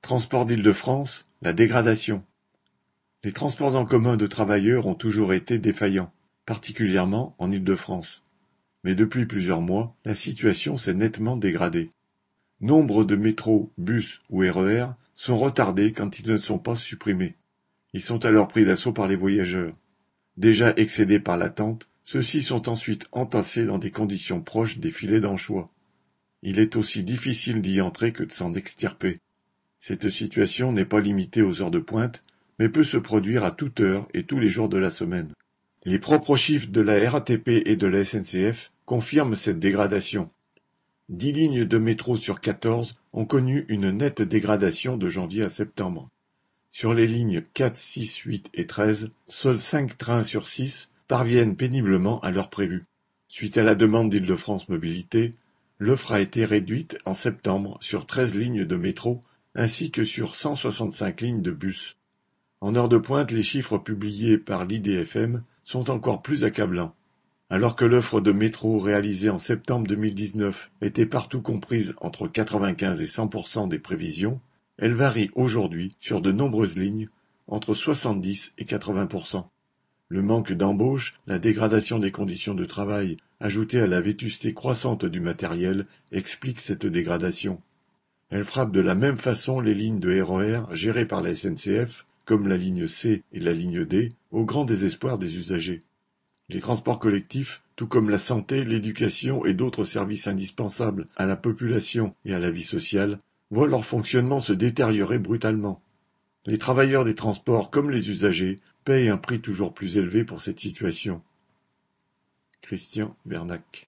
Transports d'Île-de-France, la dégradation. Les transports en commun de travailleurs ont toujours été défaillants, particulièrement en Île-de-France. Mais depuis plusieurs mois, la situation s'est nettement dégradée. Nombre de métros, bus ou RER sont retardés quand ils ne sont pas supprimés. Ils sont alors pris d'assaut par les voyageurs. Déjà excédés par l'attente, ceux-ci sont ensuite entassés dans des conditions proches des filets d'anchois. Il est aussi difficile d'y entrer que de s'en extirper. Cette situation n'est pas limitée aux heures de pointe, mais peut se produire à toute heure et tous les jours de la semaine. Les propres chiffres de la RATP et de la SNCF confirment cette dégradation. 10 lignes de métro sur 14 ont connu une nette dégradation de janvier à septembre. Sur les lignes 4, 6, 8 et 13, seuls 5 trains sur 6 parviennent péniblement à l'heure prévue. Suite à la demande d'Île-de-France Mobilité, l'offre a été réduite en septembre sur 13 lignes de métro ainsi que sur 165 lignes de bus. En heure de pointe, les chiffres publiés par l'IDFM sont encore plus accablants. Alors que l'offre de métro réalisée en septembre 2019 était partout comprise entre 95 et 100% des prévisions, elle varie aujourd'hui sur de nombreuses lignes entre 70 et 80%. Le manque d'embauche, la dégradation des conditions de travail, ajoutée à la vétusté croissante du matériel, explique cette dégradation. Elle frappe de la même façon les lignes de RER gérées par la SNCF, comme la ligne C et la ligne D, au grand désespoir des usagers. Les transports collectifs, tout comme la santé, l'éducation et d'autres services indispensables à la population et à la vie sociale, voient leur fonctionnement se détériorer brutalement. Les travailleurs des transports comme les usagers payent un prix toujours plus élevé pour cette situation. Christian Bernac.